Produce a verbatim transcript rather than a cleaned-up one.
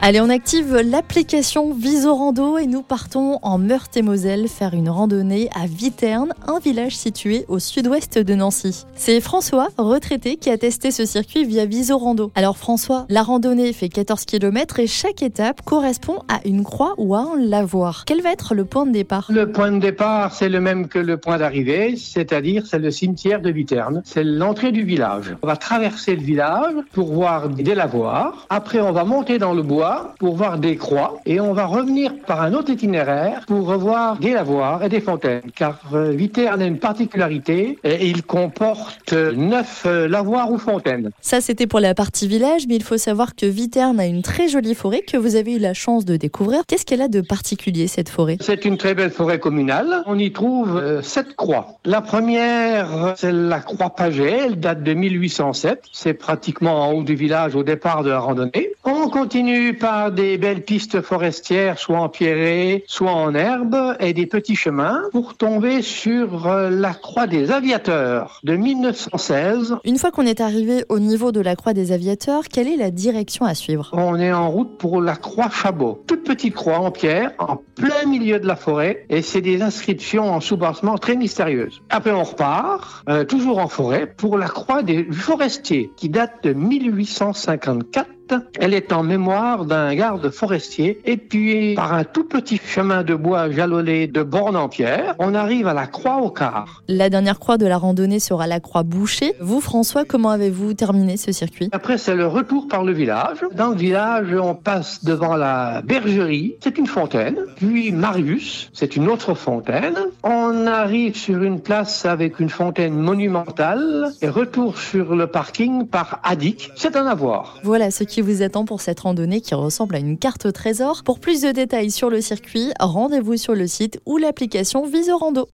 Allez, on active l'application Visorando et nous partons en Meurthe-et-Moselle faire une randonnée à Viternes, un village situé au sud-ouest de Nancy. C'est François, retraité, qui a testé ce circuit via Visorando. Alors François, la randonnée fait quatorze kilomètres et chaque étape correspond à une croix ou à un lavoir. Quel va être le point de départ ? Le point de départ, c'est le même que le point d'arrivée, c'est-à-dire c'est le cimetière de Viternes. C'est l'entrée du village. On va traverser le village pour voir des lavoirs. Après, on va monter dans le bois pour voir des croix et on va revenir par un autre itinéraire pour revoir des lavoirs et des fontaines. Car euh, Viternes a une particularité, et il comporte neuf euh, lavoirs ou fontaines. Ça, c'était pour la partie village, mais il faut savoir que Viternes a une très jolie forêt que vous avez eu la chance de découvrir. Qu'est-ce qu'elle a de particulier, cette forêt ? C'est une très belle forêt communale. On y trouve euh, sept croix. La première, c'est la croix Paget. Elle date de mille huit cent sept. C'est pratiquement en haut du village au départ de la randonnée. On continue par des belles pistes forestières, soit en pierrée, soit en herbe, et des petits chemins pour tomber sur euh, la croix des aviateurs de mille neuf cent seize. Une fois qu'on est arrivé au niveau de la croix des aviateurs, quelle est la direction à suivre ? On est en route pour la croix Chabot. Toute petite croix en pierre, en plein milieu de la forêt, et c'est des inscriptions en soubassement très mystérieuses. Après on repart, euh, toujours en forêt, pour la croix des forestiers, qui date de mille huit cent cinquante-quatre. Elle est en mémoire d'un garde forestier. Et puis, par un tout petit chemin de bois jalonné de bornes en pierre, on arrive à la croix au quart. La dernière croix de la randonnée sera la croix Boucher. Vous, François, comment avez-vous terminé ce circuit ? Après, c'est le retour par le village. Dans le village, on passe devant la bergerie. C'est une fontaine. Puis Marius, c'est une autre fontaine. On arrive sur une place avec une fontaine monumentale. Et retour sur le parking par Adic. C'est un avoir. Voilà ce qui vous attend pour cette randonnée qui ressemble à une carte au trésor. Pour plus de détails sur le circuit, rendez-vous sur le site ou l'application Visorando.